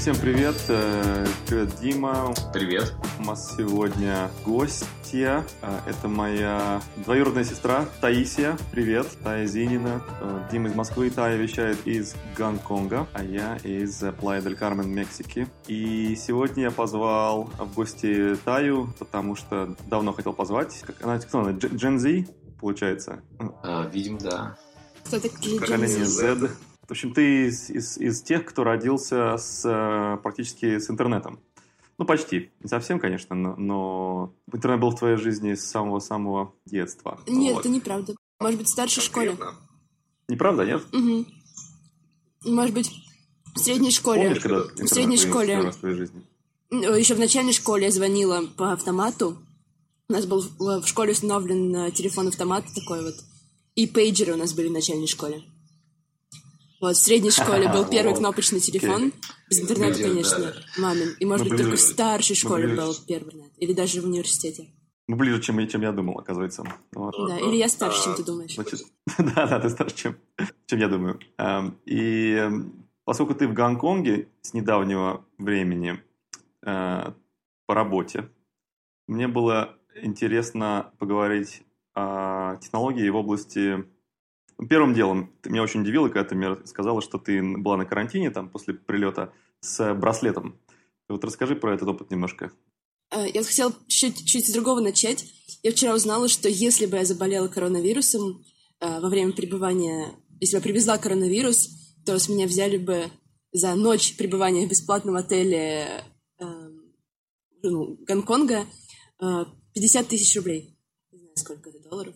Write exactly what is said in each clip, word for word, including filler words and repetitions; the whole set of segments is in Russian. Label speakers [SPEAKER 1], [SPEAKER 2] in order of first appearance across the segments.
[SPEAKER 1] Всем привет. Привет, Дима.
[SPEAKER 2] Привет.
[SPEAKER 1] У нас сегодня гостья. Это моя двоюродная сестра Таисия. Привет. Тая Зинина. Дима из Москвы, Тая вещает из Гонконга, а я из Плая-дель-Кармен, Мексики. И сегодня я позвал в гости Таю, потому что давно хотел позвать. Она, кто она? Gen Z, получается?
[SPEAKER 2] А, видимо, да.
[SPEAKER 3] Кто такие
[SPEAKER 1] Поколение Z. В общем, ты из, из, из тех, кто родился с, практически с интернетом. Ну, почти. Не совсем, конечно, но, но интернет был в твоей жизни с самого-самого детства.
[SPEAKER 3] Нет,
[SPEAKER 1] вот.
[SPEAKER 3] Это неправда. Может быть, в старшей школе.
[SPEAKER 1] Неправда, нет?
[SPEAKER 3] Угу. Может быть, в средней школе.
[SPEAKER 1] Помнишь, когда
[SPEAKER 3] в средней школе.
[SPEAKER 1] В твоей жизни?
[SPEAKER 3] Еще в начальной школе я звонила по автомату. У нас был в школе установлен телефон-автомат такой вот. И пейджеры у нас были в начальной школе. Вот, в средней школе был первый кнопочный телефон. Без интернета, конечно, мамин. И, может быть, только в старшей школе был первый интернет. Или даже в университете.
[SPEAKER 1] Ну, ближе, чем, чем я думал, оказывается. Вот.
[SPEAKER 3] Да, или я старше, чем ты думаешь.
[SPEAKER 1] Значит, да, да, ты старше, чем, чем я думаю. И поскольку ты в Гонконге с недавнего времени по работе, мне было интересно поговорить о технологии в области... Первым делом, ты меня очень удивила, когда ты мне сказала, что ты была на карантине там, после прилета с браслетом. Вот расскажи про этот опыт немножко.
[SPEAKER 3] Я хотела чуть-чуть с другого начать. Я вчера узнала, что если бы я заболела коронавирусом во время пребывания, если бы я привезла коронавирус, то с меня взяли бы за ночь пребывания в бесплатном отеле ну, Гонконга пятьдесят тысяч рублей. Не знаю, сколько это долларов.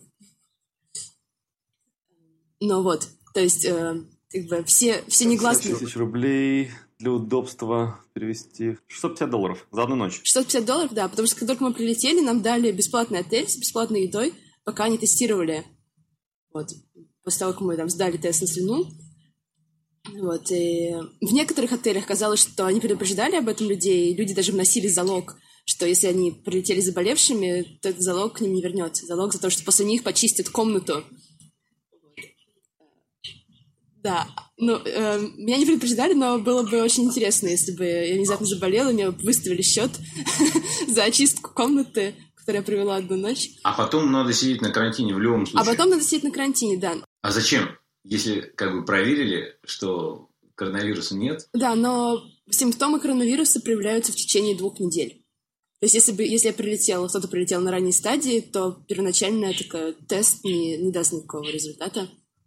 [SPEAKER 3] Но вот, то есть, э, как бы все, все негласные...
[SPEAKER 1] пятьдесят тысяч рублей для удобства перевести... шестьсот пятьдесят долларов за одну ночь.
[SPEAKER 3] шестьсот пятьдесят долларов, да, потому что как только мы прилетели, нам дали бесплатный отель с бесплатной едой, пока они тестировали. Вот, после того, как мы там сдали тест на слюну. Вот, и в некоторых отелях казалось, что они предупреждали об этом людей, и люди даже вносили залог, что если они прилетели заболевшими, то этот залог к ним не вернется. Залог за то, что после них почистят комнату. Да, ну, э, меня не предупреждали, но было бы очень интересно, если бы я внезапно заболела, и мне выставили счет за очистку комнаты, которую я провела одну ночь.
[SPEAKER 2] А потом надо сидеть на карантине в любом случае.
[SPEAKER 3] А потом надо сидеть на карантине, да.
[SPEAKER 2] А зачем? Если как бы проверили, что коронавируса нет?
[SPEAKER 3] Да, но симптомы коронавируса проявляются в течение двух недель. То есть если, бы, если я прилетела, кто-то прилетел на ранней стадии, то первоначально такой тест не, не даст никакого результата.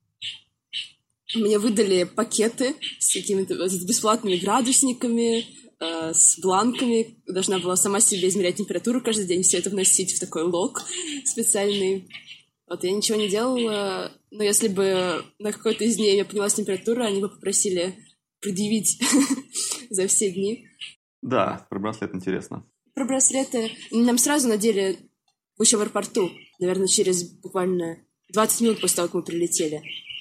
[SPEAKER 3] Мне выдали пакеты с какими-то с бесплатными градусниками, э, с бланками. Должна была сама себе измерять температуру каждый день, все это вносить в такой лог специальный. Вот я ничего не делала, но если бы на какой-то из дней я поднялась температура, они бы попросили предъявить за все дни.
[SPEAKER 1] Да, про браслет интересно.
[SPEAKER 3] Про браслеты нам сразу надели еще в аэропорту, наверное, через буквально двадцать минут после того, как мы прилетели.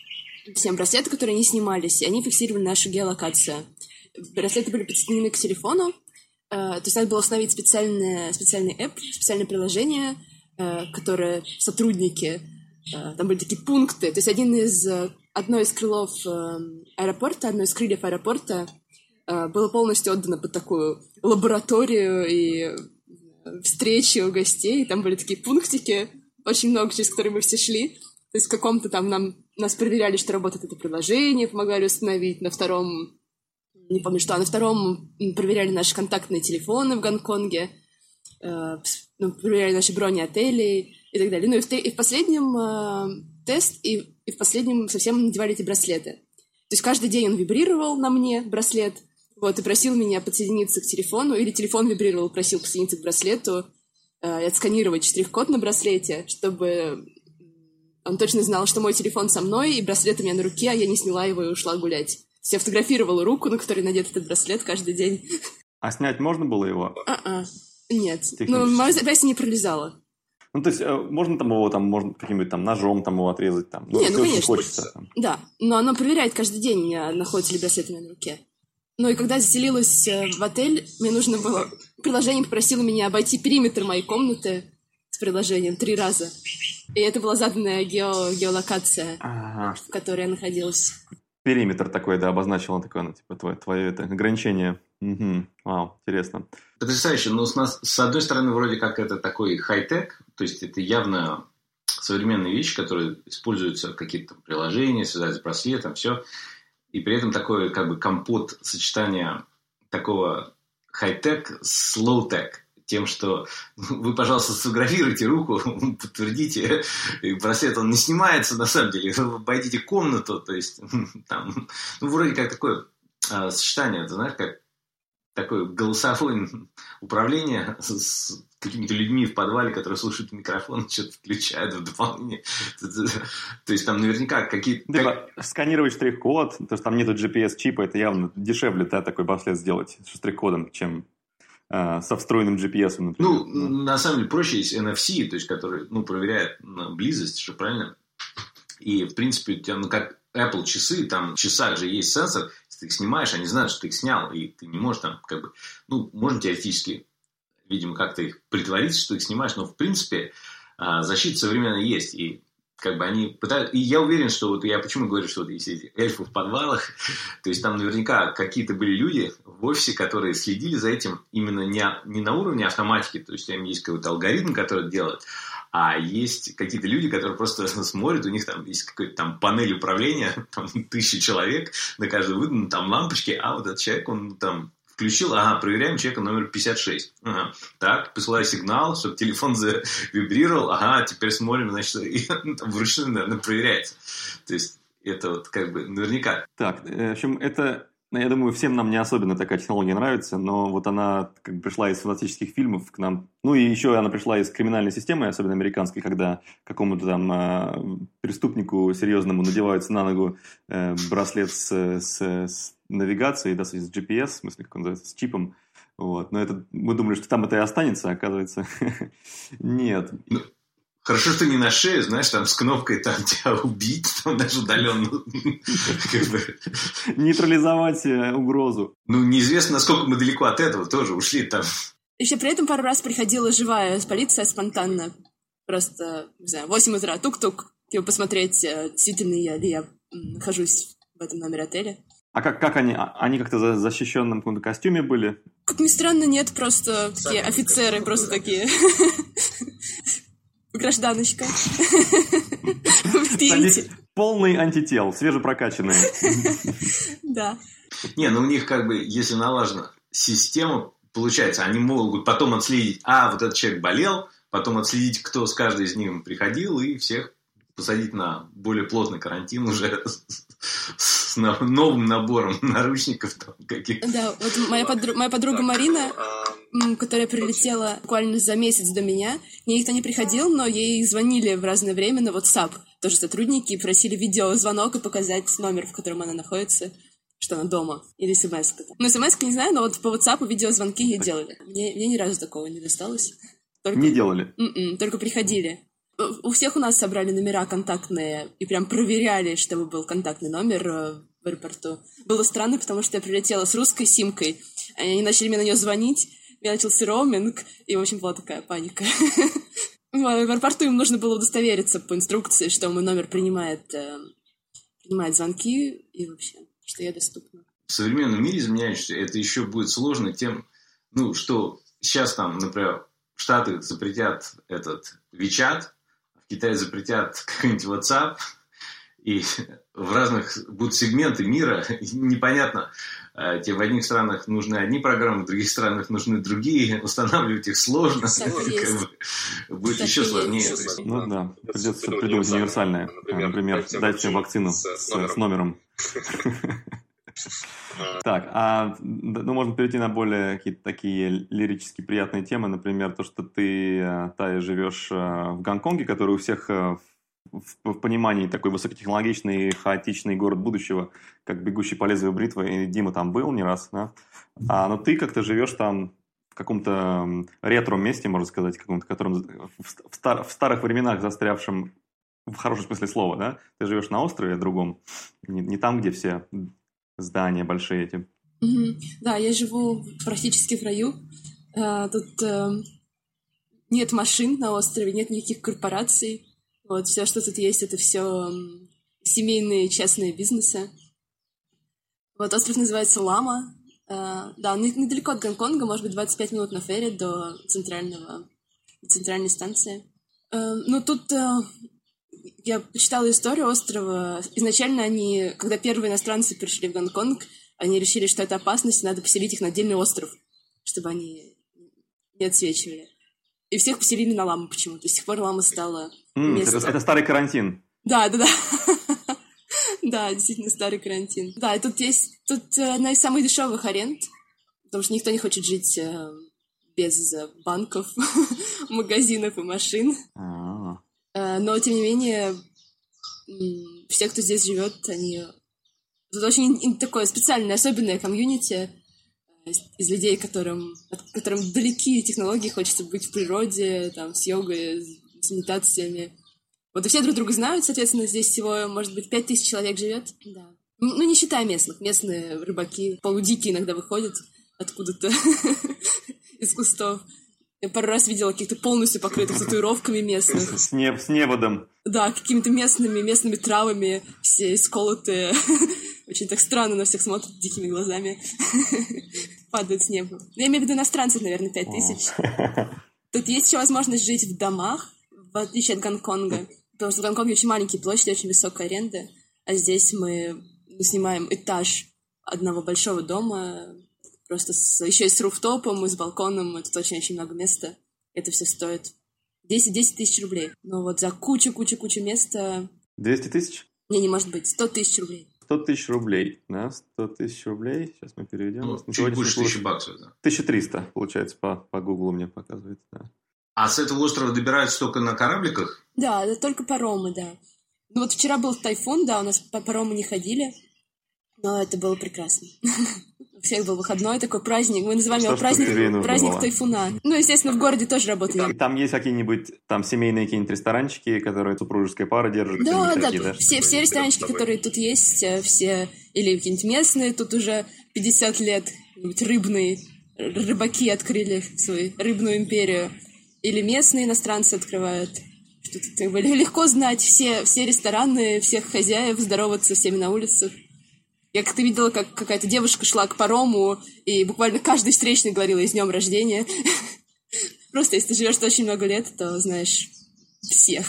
[SPEAKER 3] Всем браслеты, которые не снимались, и они фиксировали нашу геолокацию. Браслеты были подсоединены к телефону, э, то есть надо было установить специальное, специальный app, специальное приложение, э, которое сотрудники, э, там были такие пункты, то есть один из, одно из крылов э, аэропорта, одно из крыльев аэропорта э, было полностью отдано под такую лабораторию и э, встречи у гостей, и там были такие пунктики, очень много, через которые мы все шли. То есть в каком-то там нам, нас проверяли, что работает это приложение, помогали установить. На втором, не помню что, а на втором проверяли наши контактные телефоны в Гонконге, э, ну, проверяли наши брони отелей и так далее. Ну и в, и в последнем э, тест, и, и в последнем совсем надевали эти браслеты. То есть каждый день он вибрировал на мне, браслет, вот, и просил меня подсоединиться к телефону, или телефон вибрировал, просил подсоединиться к браслету, э, и отсканировать штрих-код на браслете, чтобы... Он точно знал, что мой телефон со мной, и браслет у меня на руке, а я не сняла его и ушла гулять. Я фотографировала руку, на которой надет этот браслет каждый день.
[SPEAKER 1] А снять можно было его?
[SPEAKER 3] А-а. Нет. Ну, моя запястье не пролезала.
[SPEAKER 1] Ну, то есть, можно там его, там, можно каким-нибудь там ножом там его отрезать, там? Ну,
[SPEAKER 3] не, ну, конечно.
[SPEAKER 1] Хочется, там.
[SPEAKER 3] Да, но оно проверяет каждый день, у меня находится ли браслет у меня на руке. Ну, и когда я заселилась в отель, мне нужно было... Приложение попросило меня обойти периметр моей комнаты с приложением три раза. И это была заданная гео, геолокация, ага. в которой я находилась.
[SPEAKER 1] Периметр такой, да, обозначил он такое, ну, типа, твое, твое это, ограничение. Угу. Вау, интересно.
[SPEAKER 2] Потрясающе. Но с, нас, с одной стороны, вроде как это такой хай-тек, то есть это явно современные вещи, которые используются, какие-то приложения, связать с браслетом, все. И при этом такое как бы компот сочетания такого хай-тек с лоу-тек. Тем, что вы, пожалуйста, сфотографируйте руку, подтвердите, браслет, он не снимается, на самом деле, вы обойдите комнату, то есть, там, ну, вроде как такое а, сочетание, ты знаешь, как такое голосовое управление с, с какими-то людьми в подвале, которые слушают микрофон, что-то включают в дополнение. То есть, там наверняка какие-то...
[SPEAKER 1] Типа, как... сканировать штрих-код, то есть там нету джи пи эс-чипа, это явно дешевле, да, такой браслет сделать с штрих-кодом, чем... со встроенным джи пи эс, например.
[SPEAKER 2] Ну, ну, на самом деле, проще есть эн эф си, то есть, который, ну, проверяет на близость, что правильно. И, в принципе, у тебя, ну, как Apple часы, там в часах же есть сенсор, если ты их снимаешь, они знают, что ты их снял, и ты не можешь там, как бы, ну, можно теоретически, видимо, как-то их притвориться, что ты их снимаешь, но, в принципе, защита современная есть, и как бы они пытаются... И я уверен, что вот я почему говорю, что вот есть эти эльфы в подвалах, то есть там наверняка какие-то были люди в офисе, которые следили за этим именно не, не на уровне автоматики, то есть там есть какой-то алгоритм, который делает, а есть какие-то люди, которые просто смотрят, у них там есть какая-то там панель управления, там тысяча человек, на каждую выданы там лампочки, а вот этот человек, он там... Включил, ага, проверяем человека номер пятьдесят шесть. Ага. Так, посылаю сигнал, чтобы телефон завибрировал. Ага, теперь смотрим, значит, и, ну, там вручную, наверное, проверяется. То есть, это вот как бы наверняка.
[SPEAKER 1] Так, в общем, это, я думаю, всем нам не особенно такая технология нравится, но вот она как бы пришла из фантастических фильмов к нам. Ну, и еще она пришла из криминальной системы, особенно американской, когда какому-то там э, преступнику серьезному надеваются на ногу э, браслет с, с, с навигацией, да, с джи пи эс, в смысле, как он называется, с чипом. Вот. Но это, мы думали, что там это и останется, а оказывается, нет.
[SPEAKER 2] Ну, хорошо, что не на шею, знаешь, там с кнопкой там тебя убить, там даже удаленно.
[SPEAKER 1] Нейтрализовать угрозу.
[SPEAKER 2] Ну, неизвестно, насколько мы далеко от этого тоже ушли там.
[SPEAKER 3] Еще при этом пару раз приходила живая полиция спонтанно. Просто, не знаю, восемь утра, тук-тук, типа посмотреть, действительно я ли я нахожусь в этом номере отеля.
[SPEAKER 1] А как, как они? Они как-то в защищенном каком-то костюме были?
[SPEAKER 3] Как ни странно, нет, просто такие офицеры, просто такие. Гражданочка.
[SPEAKER 1] Полный антител, свежепрокачанные.
[SPEAKER 3] Да.
[SPEAKER 2] Не, ну у них как бы, если налажена система, получается, они могут потом отследить, а, вот этот человек болел, потом отследить, кто с каждой из них приходил, и всех посадить на более плотный карантин уже с новым набором наручников там каких-то.
[SPEAKER 3] Да, вот моя, подруга, моя подруга Марина, которая прилетела буквально за месяц до меня, к ней никто не приходил, но ей звонили в разное время на WhatsApp, тоже сотрудники, и просили видеозвонок и показать номер, в котором она находится, что она дома, или смс-ка. Ну, смс-ка не знаю, но вот по WhatsApp видеозвонки ей делали. Мне, мне ни разу такого не досталось. Только...
[SPEAKER 1] Не делали?
[SPEAKER 3] М-м, только приходили. У всех у нас собрали номера контактные и прям проверяли, чтобы был контактный номер в аэропорту. Было странно, потому что я прилетела с русской симкой, они начали мне на нее звонить, у меня начался роуминг, и, в общем, была такая паника. В аэропорту им нужно было удостовериться по инструкции, что мой номер принимает, принимает звонки и вообще, что я доступна.
[SPEAKER 2] В современном мире изменяющемся это еще будет сложно тем, ну, что сейчас там, например, в Штатах запретят этот WeChat, в Китае запретят какой-нибудь WhatsApp, и в разных будут сегменты мира, и непонятно, тебе в одних странах нужны одни программы, в других странах нужны другие, устанавливать их сложно, как бы, будет так еще сложнее.
[SPEAKER 1] Есть. Ну да, придется придумать универсальное, например, дать всем вакцину с, с номером. Так, а ну, можно перейти на более какие-то такие лирически приятные темы, например, то, что ты, Тая, живешь в Гонконге, который у всех в, в понимании такой высокотехнологичный, хаотичный город будущего, как бегущий по лезвию бритвы, и Дима там был не раз, да? А, но ты как-то живешь там в каком-то ретро-месте, можно сказать, каком-то, котором в, стар, в старых временах застрявшем, в хорошем смысле слова, да? Ты живешь на острове другом, не, не там, где все... здания большие эти.
[SPEAKER 3] Mm-hmm. Да, я живу практически в раю. А, тут а, нет машин на острове, нет никаких корпораций. Вот, все, что тут есть, это все семейные частные бизнесы. Вот, остров называется Лама. Uh, да, недалеко от Гонконга, может быть, двадцать пять минут на ферри до центрального, центральной станции. Uh, ну, тут uh, я почитала историю острова. Изначально они, когда первые иностранцы пришли в Гонконг, они решили, что это опасность, и надо поселить их на отдельный остров, чтобы они не отсвечивали. И всех поселили на Ламу почему-то. С тех пор Лама стала
[SPEAKER 1] mm, местом. Это, это старый карантин.
[SPEAKER 3] Да, да, да. Да, действительно, старый карантин. Да, и тут есть тут одна из самых дешевых аренд, потому что никто не хочет жить э, без банков, магазинов и машин. Э, но, тем не менее, все, кто здесь живет, они... Тут очень такое специальное, особенное комьюнити из людей, которым, которым далеки технологии, хочется быть в природе, там, с йогой, с медитациями. Вот и все друг друга знают, соответственно, здесь всего, может быть, пять тысяч человек живет. Да. Ну, не считая местных. Местные рыбаки полудикие иногда выходят откуда-то из кустов. Я пару раз видела каких-то полностью покрытых татуировками местных.
[SPEAKER 1] С, не, с неводом.
[SPEAKER 3] Да, какими-то местными, местными травами, все исколотые. Очень так странно на всех смотрят дикими глазами. Падают с неба. Я имею в виду иностранцев, наверное, пять тысяч. Тут есть еще возможность жить в домах, в отличие от Гонконга. Потому что в Гонконге очень маленькие площади, очень высокая аренда. А здесь мы снимаем этаж одного большого дома, просто с, еще и с руфтопом, и с балконом. Тут очень-очень много места. Это все стоит десять тысяч рублей. Но вот за кучу-кучу-кучу места...
[SPEAKER 1] двести тысяч?
[SPEAKER 3] Не, не может быть. сто тысяч рублей.
[SPEAKER 1] сто тысяч рублей, да? сто тысяч рублей. Сейчас мы переведем.
[SPEAKER 2] Ну, чуть больше тысячи баксов, да.
[SPEAKER 1] тысяча триста, получается, по, по Гуглу мне показывает, да.
[SPEAKER 2] А с этого острова добираются только на корабликах?
[SPEAKER 3] Да, это только паромы, да. Ну вот вчера был тайфун, да, у нас по парому не ходили, но это было прекрасно. У всех был выходной такой праздник, мы называем его праздник, праздник тайфуна. Ну, естественно, в городе тоже работали.
[SPEAKER 1] И там есть какие-нибудь там семейные какие-нибудь ресторанчики, которые супружеская пара держит?
[SPEAKER 3] Да, да, такие, да? Все, все ресторанчики, которые тут есть, все или какие-нибудь местные, тут уже пятьдесят лет, рыбные, рыбаки открыли свою рыбную империю. Или местные иностранцы открывают. Что-то легко знать все, все рестораны, всех хозяев, здороваться всеми на улицах. Я как-то видела, как какая-то девушка шла к парому, и буквально каждый встречный говорила ей с днем рождения. Просто если ты живешь очень много лет, то знаешь всех.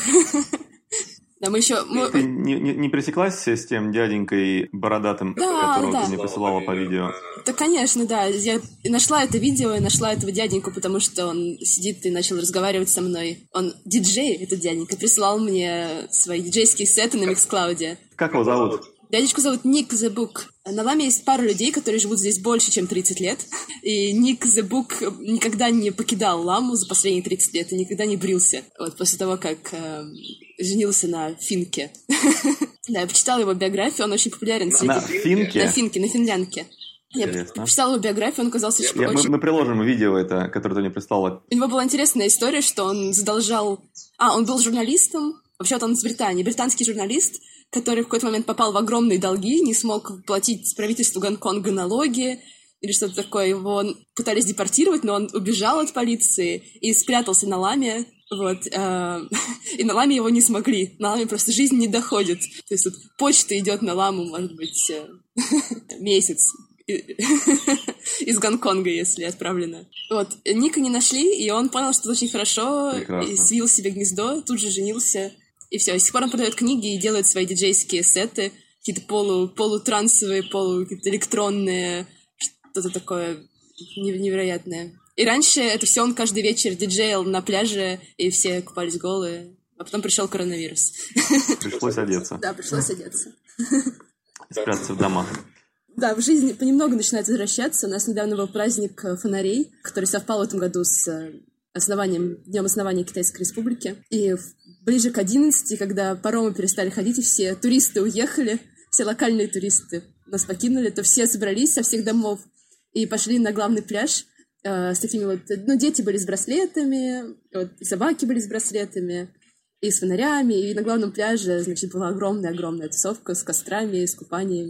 [SPEAKER 3] Да, мы еще... Мы...
[SPEAKER 1] Ты не, не, не пересеклась с тем дяденькой бородатым, да, которого да. ты мне посылала по видео?
[SPEAKER 3] Да, конечно, да. Я нашла это видео и нашла этого дяденьку, потому что он сидит и начал разговаривать со мной. Он диджей, этот дяденька, прислал мне свои диджейские сеты на Mixcloud.
[SPEAKER 1] Как его зовут?
[SPEAKER 3] Дядечку зовут Ник The Book. На Ламе есть пару людей, которые живут здесь больше, чем тридцать лет. И Ник The Book никогда не покидал Ламу за последние тридцать лет и никогда не брился. Вот после того, как э, женился на финке. Да, я почитала его биографию, он очень популярен.
[SPEAKER 1] На финке?
[SPEAKER 3] На финке, на финлянке. Я почитала его биографию, он оказался очень...
[SPEAKER 1] Я, очень... Мы, мы приложим видео, это, которое ты мне прислала.
[SPEAKER 3] У него была интересная история, что он задолжал... А, он был журналистом. Вообще-то он из Британии. Британский журналист, который в какой-то момент попал в огромные долги, не смог платить правительству Гонконга налоги или что-то такое. Его пытались депортировать, но он убежал от полиции и спрятался на Ламе. Вот. Э, и на Ламе его не смогли. На Ламе просто жизнь не доходит. То есть тут почта идет на Ламу, может быть, э, месяц из Гонконга, если отправлено. Вот. Ника не нашли, и он понял, что это очень хорошо. Прекрасно. И свил себе гнездо, тут же женился. И все. С тех пор он продает книги и делает свои диджейские сеты. Какие-то полу, полутрансовые, полу какие-то электронные. Что-то такое невероятное. И раньше это все он каждый вечер диджеял на пляже, и все купались голые. А потом пришел коронавирус.
[SPEAKER 1] Пришлось одеться.
[SPEAKER 3] Да, пришлось одеться.
[SPEAKER 1] Спрятаться в домах.
[SPEAKER 3] Да, в жизни понемногу начинает возвращаться. У нас недавно был праздник фонарей, который совпал в этом году с основанием, днем основания Китайской Республики. И ближе к одиннадцати, когда паромы перестали ходить, и все туристы уехали, все локальные туристы нас покинули, то все собрались со всех домов и пошли на главный пляж э, с такими вот... Ну, дети были с браслетами, вот, и собаки были с браслетами, и с фонарями, и на главном пляже, значит, была огромная-огромная тусовка с кострами, с купаниями.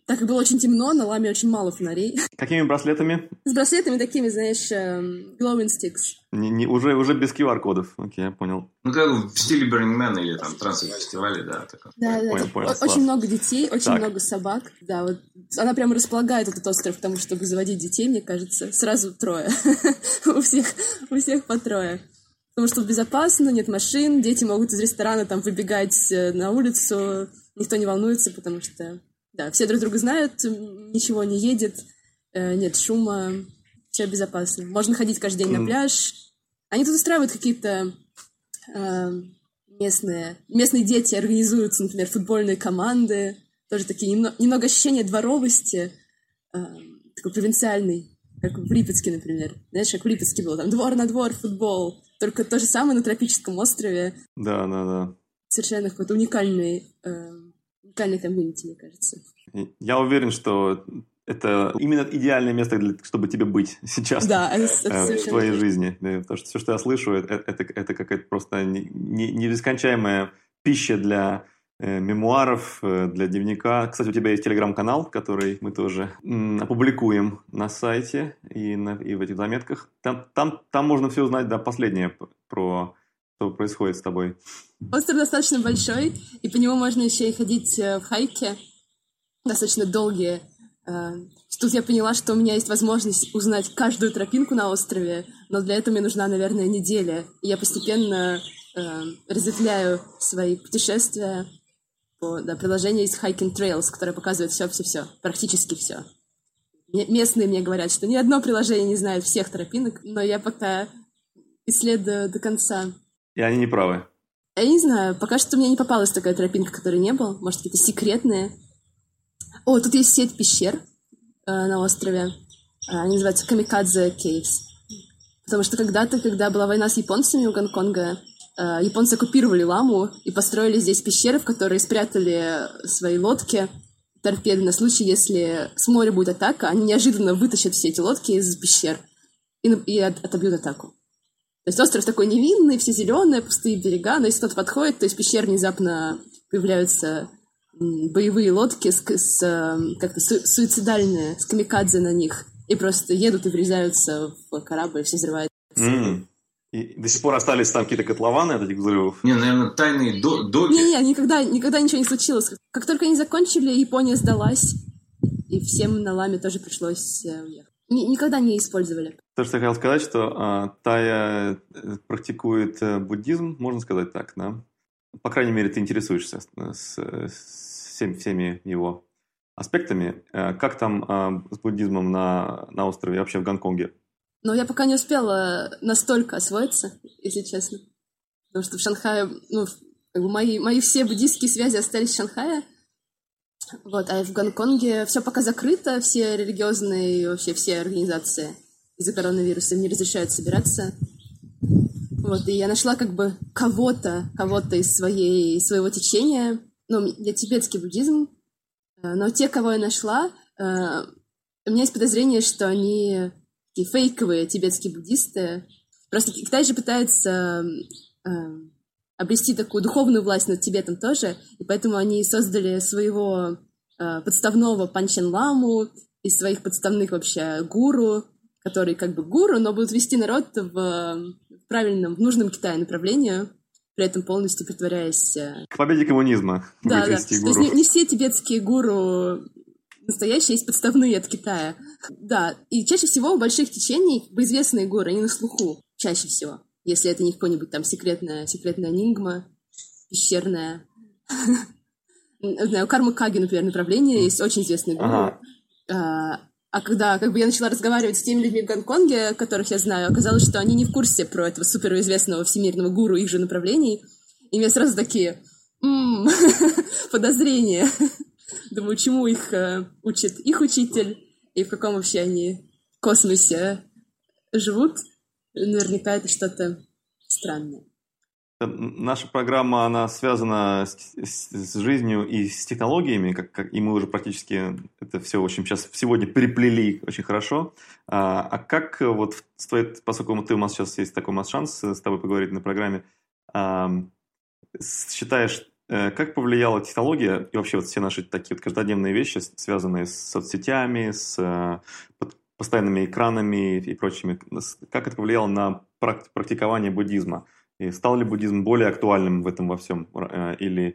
[SPEAKER 3] Так как было очень темно, на Ламе очень мало фонарей.
[SPEAKER 1] Какими браслетами?
[SPEAKER 3] С браслетами такими, знаешь, эм, glowing sticks.
[SPEAKER 1] Не, не, уже, уже без ку ар-кодов. Окей, я понял.
[SPEAKER 2] Ну, как в стиле Burning Man или там трансфестивале, да. Такое.
[SPEAKER 3] Да, да.
[SPEAKER 1] Понял, понял,
[SPEAKER 3] О-
[SPEAKER 1] класс.
[SPEAKER 3] очень много детей, очень
[SPEAKER 1] Так.
[SPEAKER 3] много собак. Да, вот она прямо располагает этот остров к тому, чтобы заводить детей, мне кажется. Сразу трое. у всех, у всех по трое. Потому что безопасно, нет машин, дети могут из ресторана там выбегать э, на улицу, никто не волнуется, потому что, да, все друг друга знают, ничего не едет, э, нет шума, все безопасно. Можно ходить каждый день на пляж. Они тут устраивают какие-то э, местные, местные дети организуются, например, футбольные команды, тоже такие немного, немного ощущения дворовости, э, такой провинциальный, как в Липецке, например. Знаешь, как в Липецке было, там двор на двор, футбол. Только то же самое на тропическом острове.
[SPEAKER 1] Да, да, да.
[SPEAKER 3] Совершенно какой-то уникальный, э, уникальный комьюнити, мне кажется.
[SPEAKER 1] И я уверен, что это именно идеальное место, для, чтобы тебе быть сейчас.
[SPEAKER 3] Да, это, это
[SPEAKER 1] э, в
[SPEAKER 3] совершенно
[SPEAKER 1] твоей
[SPEAKER 3] точно.
[SPEAKER 1] жизни. Да, потому что все, что я слышу, это, это, это какая-то просто не, не, нескончаемая пища для э, мемуаров, э, для дневника. Кстати, у тебя есть телеграм-канал, который мы тоже м, опубликуем на сайте и, на, и в этих заметках. Там, там, там можно все узнать, да, последнее про что происходит с тобой.
[SPEAKER 3] Остров достаточно большой, и по нему можно еще и ходить э, в хайке, достаточно долгие. Э, Тут я поняла, что у меня есть возможность узнать каждую тропинку на острове, но для этого мне нужна, наверное, неделя. И я постепенно э, разветвляю свои путешествия. По, да, приложение есть Hiking Trails, которое показывает все-все-все, практически все. Местные мне говорят, что ни одно приложение не знает всех тропинок, но я пока исследую до конца.
[SPEAKER 1] И они не правы.
[SPEAKER 3] Я не знаю, пока что мне не попалась такая тропинка, которой не было. Может, какие-то секретные. О, тут есть сеть пещер э, на острове. Они называются Камикадзе Caves. Потому что когда-то, когда была война с японцами у Гонконга, э, японцы оккупировали Ламу и построили здесь пещеры, в которые спрятали свои лодки, торпеды, на случай, если с моря будет атака, они неожиданно вытащат все эти лодки из пещер и, и от, отобьют атаку. То есть остров такой невинный, все зеленые, пустые берега, но если кто-то подходит, то из пещер внезапно появляются боевые лодки с, с как-то су- суицидальные, с камикадзе на них, и просто едут и врезаются в корабль, и все взрывается.
[SPEAKER 1] Mm. И до сих пор остались там какие-то котлованы от этих взрывов?
[SPEAKER 2] Не, наверное, тайные до- доки.
[SPEAKER 3] Не-не, никогда, никогда ничего не случилось. Как только они закончили, Япония сдалась, и всем на Ламе тоже пришлось уехать. Ни- никогда не использовали.
[SPEAKER 1] То, что я хотел сказать, что а, Тая практикует а, буддизм, можно сказать так, да? По крайней мере, ты интересуешься с, с всеми, всеми его аспектами. А, как там а, с буддизмом на, на острове, вообще в Гонконге?
[SPEAKER 3] Но я пока не успела настолько освоиться, если честно. Потому что в Шанхае, ну, как бы мои, мои все буддистские связи остались в Шанхае. Вот, а в Гонконге все пока закрыто, все религиозные, вообще все организации из-за коронавируса не разрешают собираться. Вот, и я нашла как бы кого-то, кого-то из своей, из своего течения. Ну, я тибетский буддизм, но те, кого я нашла, у меня есть подозрение, что они такие фейковые тибетские буддисты. Просто Китай же пытается обрести такую духовную власть над Тибетом тоже, и поэтому они создали своего э, подставного Панчен-ламу из своих подставных вообще гуру, которые как бы гуру, но будут вести народ в, в правильном, в нужном Китае направлении, при этом полностью притворяясь... Э...
[SPEAKER 1] К победе коммунизма.
[SPEAKER 3] Да, да. То есть не, не все тибетские гуру настоящие, есть подставные от Китая. Да, и чаще всего у больших течений известные гуру, они на слуху, чаще всего. Если это не какой-нибудь там секретная, секретная энимгма, пещерная. Не знаю, у Кармы Каги, например, направление есть очень известный гуру. Ага. А, а когда как бы я начала разговаривать с теми людьми в Гонконге, которых я знаю, оказалось, что они не в курсе про этого суперизвестного всемирного гуру их же направлений. И мне сразу такие м-м, подозрения. Думаю, чему их uh, учит их учитель, и в каком вообще они космосе живут. Наверняка это что-то странное.
[SPEAKER 1] Наша программа, она связана с, с, с жизнью и с технологиями, как, как, и мы уже практически это все очень сейчас сегодня переплели очень хорошо. А, а как вот, твоей, поскольку ты, у нас сейчас есть такой у нас шанс с тобой поговорить на программе, а, считаешь, как повлияла технология и вообще вот все наши такие вот каждодневные вещи, связанные с соцсетями, с постоянными экранами и прочими, как это повлияло на практикование буддизма? И стал ли буддизм более актуальным в этом во всем? Или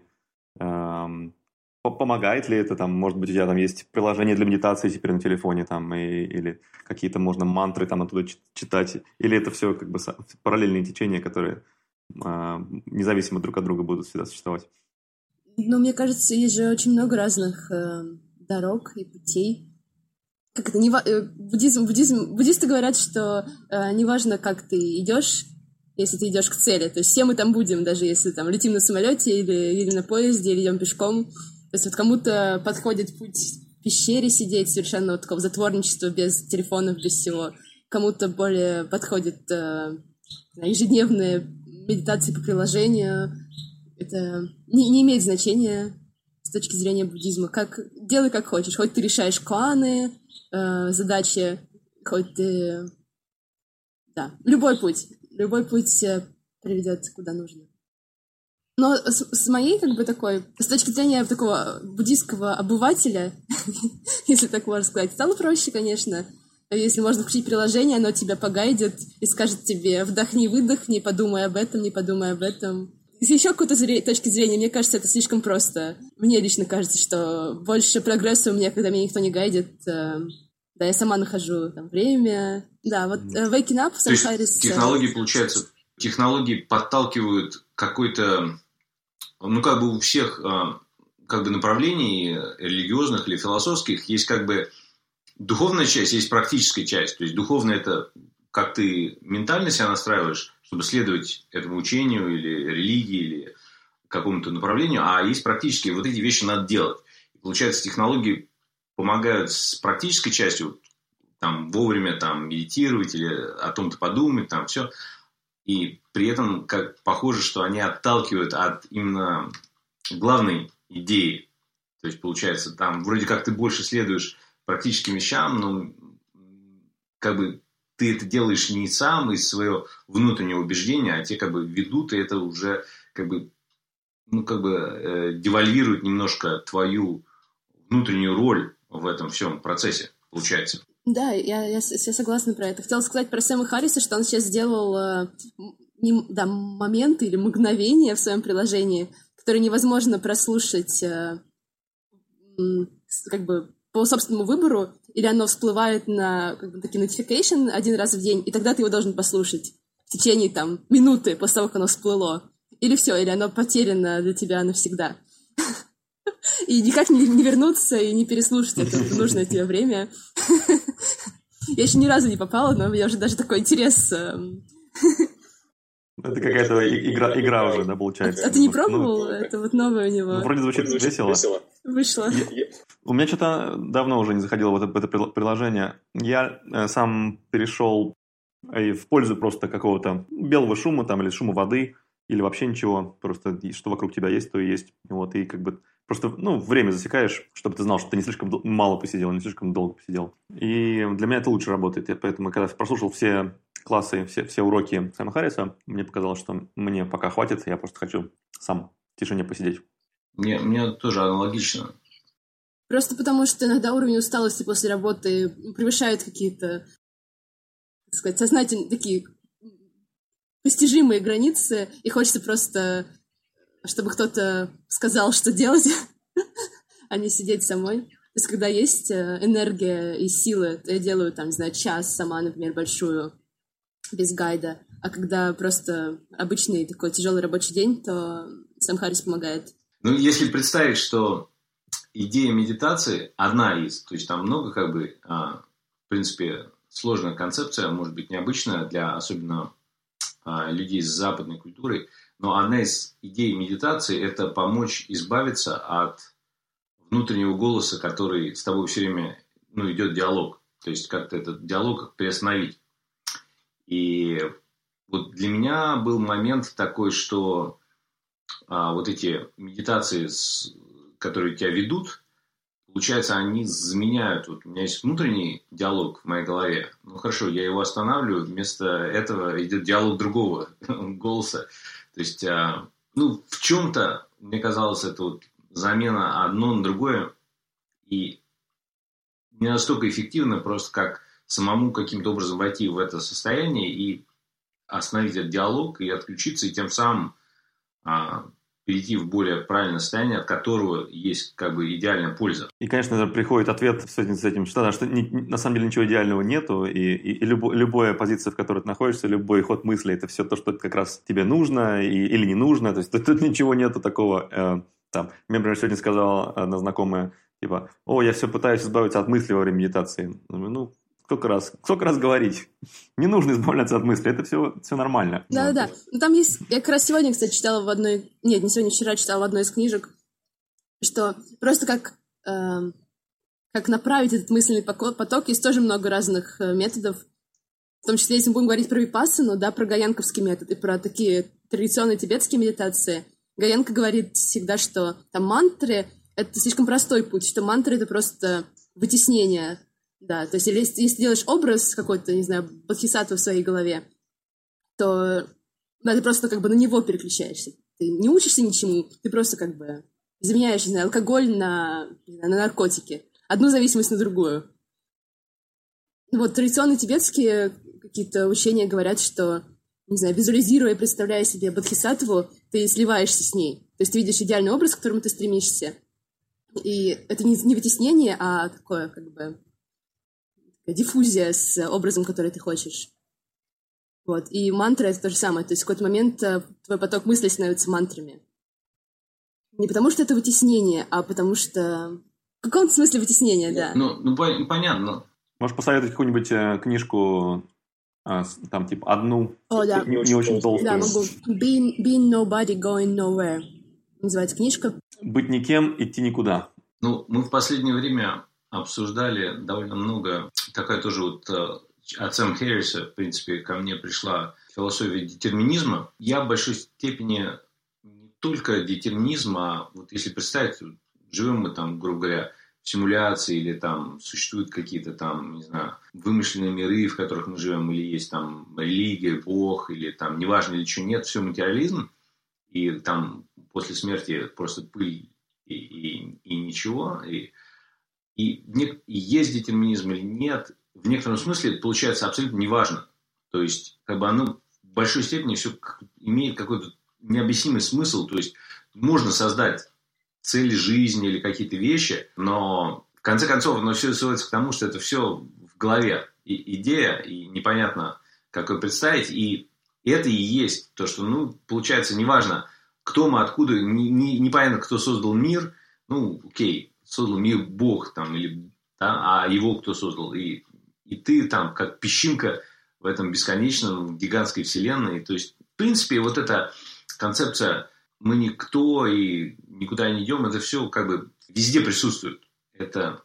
[SPEAKER 1] эм, помогает ли это? Там, может быть, у тебя там есть приложение для медитации теперь на телефоне, там, и, или какие-то можно мантры там оттуда читать? Или это все как бы параллельные течения, которые э, независимо друг от друга будут всегда существовать?
[SPEAKER 3] Ну, мне кажется, есть же очень много разных э, дорог и путей. Как это, не, э, буддизм, буддизм, буддисты говорят, что э, неважно, как ты идешь, если ты идешь к цели. То есть все мы там будем, даже если там летим на самолете или, или на поезде, или идем пешком. То есть вот кому-то подходит путь в пещере сидеть, совершенно вот такого затворничества, без телефонов, без всего. Кому-то более подходит э, ежедневные медитации по приложению. Это не, не имеет значения с точки зрения буддизма. Как, делай как хочешь. Хоть ты решаешь кланы, э, задачи, хоть ты... Да, любой путь. Любой путь э, приведет куда нужно. Но с, с моей, как бы, такой... С точки зрения такого буддийского обывателя, если так можно сказать, стало проще, конечно. Если можно включить приложение, оно тебя погайдит и скажет тебе вдохни-выдохни, подумай об этом, не подумай об этом. С еще какой-то зре- точки зрения, мне кажется, это слишком просто. Мне лично кажется, что больше прогресса у меня, когда меня никто не гайдит. Э, да, я сама нахожу там время. Да, вот э, Waking Up, Сэм Харрис...
[SPEAKER 2] Технологии, получается, технологии подталкивают какой-то... Ну, как бы у всех э, как бы направлений религиозных или философских есть как бы духовная часть, есть практическая часть. То есть духовная – это как ты ментально себя настраиваешь, чтобы следовать этому учению или религии, или какому-то направлению, а есть практические, вот эти вещи надо делать. И получается, технологии помогают с практической частью, там, вовремя там, медитировать или о том-то подумать, там, все. И при этом как, похоже, что они отталкивают от именно главной идеи. То есть, получается, там, вроде как ты больше следуешь практическим вещам, но как бы ты это делаешь не сам из своего внутреннего убеждения, а те как бы ведут, и это уже как бы, ну, как бы э, девальвирует немножко твою внутреннюю роль в этом всем процессе, получается.
[SPEAKER 3] Да, я, я, я согласна про это. Хотела сказать про Сэма Харриса, что он сейчас сделал э, не, да, моменты или мгновения в своем приложении, которые невозможно прослушать э, как бы по собственному выбору, или оно всплывает на как бы, такие notification один раз в день, и тогда ты его должен послушать в течение там минуты после того, как оно всплыло. Или все, или оно потеряно для тебя навсегда. И никак не, не вернуться и не переслушать это в нужное тебе время. Я еще ни разу не попала, но у меня уже даже такой интерес.
[SPEAKER 1] Это какая-то игра, игра уже, да, получается?
[SPEAKER 3] А, а ты не пробовал? Ну, это вот новое у него.
[SPEAKER 1] Ну, вроде звучит весело. весело.
[SPEAKER 3] Вышло.
[SPEAKER 1] Я, у меня что-то давно уже не заходило в это, в это приложение. Я э, сам перешел э, в пользу просто какого-то белого шума там, или шума воды, или вообще ничего. Просто что вокруг тебя есть, то и есть. Вот, и как бы просто, ну, время засекаешь, чтобы ты знал, что ты не слишком мало посидел, не слишком долго посидел. И для меня это лучше работает. Я поэтому, когда прослушал все классы, все, все уроки Сэма Харриса, мне показалось, что мне пока хватит, я просто хочу сам в тишине посидеть.
[SPEAKER 2] Мне, мне тоже аналогично.
[SPEAKER 3] Просто потому, что иногда уровень усталости после работы превышает какие-то, так сказать, сознательные, такие постижимые границы, и хочется просто, чтобы кто-то сказал, что делать, а не сидеть самой. То есть, когда есть энергия и силы, то я делаю, там, не знаю, час сама, например, большую, без гайда. А когда просто обычный такой тяжелый рабочий день, то Сэм Харрис помогает.
[SPEAKER 2] Ну, если представить, что идея медитации одна из, то есть там много как бы, а, в принципе, сложная концепция, может быть, необычная для особенно а, людей с западной культурой, но одна из идей медитации – это помочь избавиться от внутреннего голоса, который с тобой все время, ну, идет диалог. То есть как-то этот диалог приостановить. И вот для меня был момент такой, что а, вот эти медитации, с, которые тебя ведут, получается, они заменяют. Вот у меня есть внутренний диалог в моей голове. Ну хорошо, я его останавливаю, вместо этого идет диалог другого голоса. То есть, а, ну, в чем-то мне казалось, это вот замена одно на другое. И не настолько эффективно, просто как самому каким-то образом войти в это состояние и остановить этот диалог, и отключиться, и тем самым а, перейти в более правильное состояние, от которого есть как бы идеальная польза.
[SPEAKER 1] И, конечно, приходит ответ с этим, с этим что, да, что не, на самом деле ничего идеального нету, и, и, и любо, любая позиция, в которой ты находишься, любой ход мысли, это все то, что как раз тебе нужно и, или не нужно, то есть тут, тут ничего нету такого. Э, там. Мне, например, сегодня сказала одна знакомая, типа, о, я все пытаюсь избавиться от мысли во время медитации. Ну, сколько раз, сколько раз говорить? Не нужно избавляться от мысли, это все, все нормально.
[SPEAKER 3] Да-да-да. Ну, там есть... Я как раз сегодня, кстати, читала в одной... Нет, не сегодня, вчера читала в одной из книжек, что просто как, э, как направить этот мысленный поток, есть тоже много разных э, методов. В том числе, если мы будем говорить про випассану, да, про гаянковский метод и про такие традиционные тибетские медитации. Гаянка говорит всегда, что там мантры — это слишком простой путь, что мантры — это просто вытеснение. Да, то есть если, если делаешь образ какой-то, не знаю, бодхисаттвы в своей голове, то да, ты просто как бы на него переключаешься. Ты не учишься ничему, ты просто как бы заменяешь, не знаю, алкоголь на, не знаю, на наркотики. Одну зависимость на другую. Вот традиционные тибетские какие-то учения говорят, что, не знаю, визуализируя и представляя себе бодхисаттву, ты сливаешься с ней. То есть ты видишь идеальный образ, к которому ты стремишься. И это не, не вытеснение, а такое как бы диффузия с образом, который ты хочешь. Вот. И мантра — это то же самое. То есть в какой-то момент твой поток мыслей становится мантрами. Не потому что это вытеснение, а потому что... В каком-то смысле вытеснение, да.
[SPEAKER 2] Ну, ну понятно.
[SPEAKER 1] Можешь посоветовать какую-нибудь э, книжку, э, там, типа, одну,
[SPEAKER 3] О, да.
[SPEAKER 1] не, не очень толстую?
[SPEAKER 3] Да, могу. Being, being nobody, going nowhere. Называется книжка.
[SPEAKER 1] Быть никем, идти никуда.
[SPEAKER 2] Ну, мы в последнее время обсуждали довольно много, такая тоже вот от Сэма Хэрриса, в принципе, ко мне пришла философия детерминизма. Я в большой степени не только детерминизм, а вот если представить, живем мы там, грубо говоря, в симуляции, или там существуют какие-то там, не знаю, вымышленные миры, в которых мы живем, или есть там религия, бог, или там, неважно, или что, нет, все материализм, и там после смерти просто пыль и, и, и ничего, и И, не, и есть детерминизм или нет, в некотором смысле это получается абсолютно неважно. То есть, как бы оно в большой степени все имеет какой-то необъяснимый смысл. То есть, можно создать цели жизни или какие-то вещи, но в конце концов оно все сводится к тому, что это все в голове. И идея, и непонятно, как ее представить. И это и есть то, что, ну, получается, неважно, кто мы, откуда, не, не, непонятно, кто создал мир, ну, окей. Создал мир Бог, там, или, да, а его кто создал. И, и ты там, как песчинка в этом бесконечном, гигантской вселенной. То есть, в принципе, вот эта концепция «мы никто и никуда не идем», это все как бы везде присутствует. Это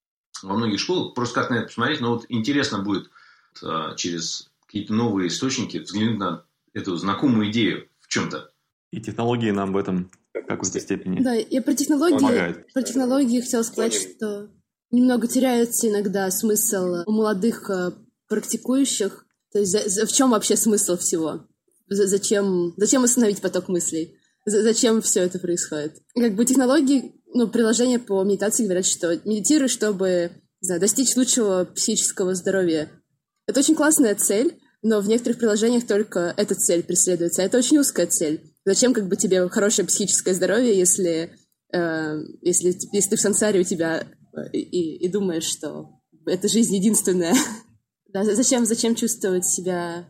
[SPEAKER 2] во многих школах. Просто как на это посмотреть. Но вот интересно будет а, через какие-то новые источники взглянуть на эту знакомую идею в чем-то.
[SPEAKER 1] И технологии нам в этом в какой-то степени.
[SPEAKER 3] Да, я про технологии, про технологии хотела сказать, что немного теряется иногда смысл у молодых практикующих. То есть за, за, в чем вообще смысл всего? За, зачем, зачем остановить поток мыслей? За, зачем все это происходит? Как бы технологии, ну, приложения по медитации говорят, что медитируй, чтобы, не знаю, достичь лучшего психического здоровья. Это очень классная цель, но в некоторых приложениях только эта цель преследуется. А это очень узкая цель. Зачем как бы тебе хорошее психическое здоровье, если, э, если, если ты в сансаре у тебя и, и, и думаешь, что эта жизнь единственная? Да, зачем, зачем чувствовать себя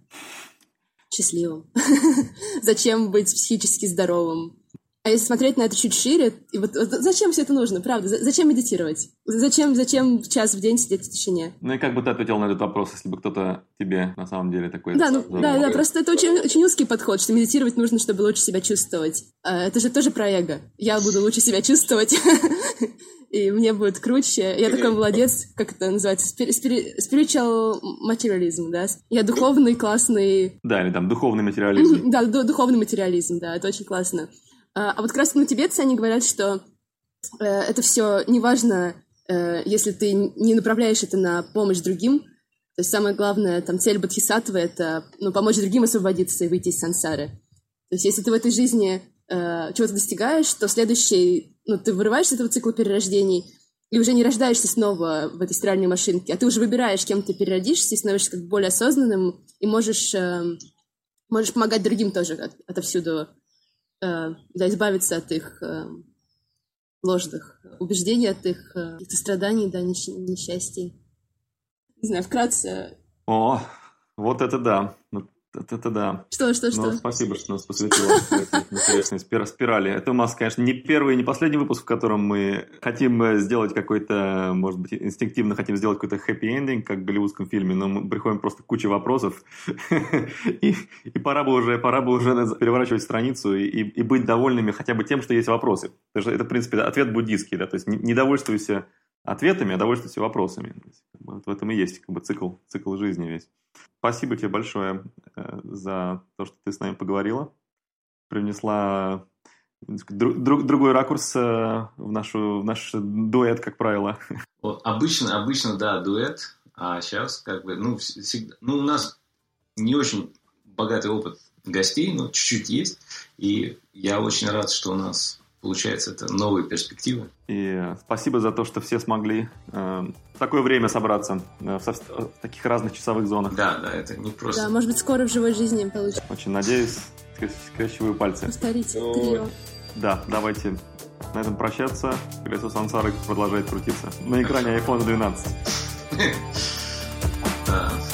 [SPEAKER 3] счастливым? Зачем быть психически здоровым? А если смотреть на это чуть шире, и вот, вот зачем все это нужно, правда? Зачем медитировать? Зачем, зачем час в день сидеть в тишине?
[SPEAKER 1] Ну и как бы ты ответил на этот вопрос, если бы кто-то тебе на самом деле такой...
[SPEAKER 3] Да, ну, да, да, просто это очень, очень узкий подход, что медитировать нужно, чтобы лучше себя чувствовать. Это же тоже про эго. Я буду лучше себя чувствовать, и мне будет круче. Я такой молодец, как это называется, spiritual materialism, да? Я духовный, классный...
[SPEAKER 1] Да, или там духовный материализм.
[SPEAKER 3] Да, духовный материализм, да, это очень классно. А вот как раз ну, тибетцы, они говорят, что э, это все неважно, э, если ты не направляешь это на помощь другим. То есть самое главное, там, цель бодхисаттвы — это ну, помочь другим освободиться и выйти из сансары. То есть если ты в этой жизни э, чего-то достигаешь, то следующий, ну, ты вырываешься из этого цикла перерождений и уже не рождаешься снова в этой стиральной машинке, а ты уже выбираешь, кем ты переродишься, и становишься как бы более осознанным, и можешь, э, можешь помогать другим тоже от, отовсюду, э, да, избавиться от их э, ложных убеждений, от их э, страданий, да, несч- несчастий. Не знаю, вкратце.
[SPEAKER 1] О, вот это да. Это, это да.
[SPEAKER 3] Что, что, что?
[SPEAKER 1] Ну, спасибо, что нас посвятила эти интересные спирали. Это у нас, конечно, не первый и не последний выпуск, в котором мы хотим сделать какой-то, может быть, инстинктивно хотим сделать какой-то хэппи-эндинг, как в голливудском фильме, но мы приходим просто к куче вопросов. И, и пора бы уже, пора бы уже переворачивать страницу и, и быть довольными хотя бы тем, что есть вопросы. Это, это в принципе, ответ буддийский, да, то есть не, не довольствуйся ответами, а довольствуйся вопросами. Вот в этом и есть как бы цикл, цикл жизни весь. Спасибо тебе большое э, за то, что ты с нами поговорила. Привнесла друг, друг, другой ракурс э, в, нашу, в наш дуэт, как правило.
[SPEAKER 2] Вот, обычно, обычно, да, дуэт. А сейчас как бы, ну, всегда, ну, у нас не очень богатый опыт гостей, но чуть-чуть есть. И я очень рад, что у нас получается это новые перспективы.
[SPEAKER 1] И спасибо за то, что все смогли э, в такое время собраться э, в, в таких разных часовых зонах.
[SPEAKER 2] Да, да, это не просто.
[SPEAKER 3] Да, может быть, скоро в живой жизни получится.
[SPEAKER 1] Очень надеюсь. Скрещиваю пальцы.
[SPEAKER 3] Повторите трио.
[SPEAKER 1] Да, давайте на этом прощаться. Колесо сансары продолжает крутиться. На экране айфон двенадцать.
[SPEAKER 2] Да.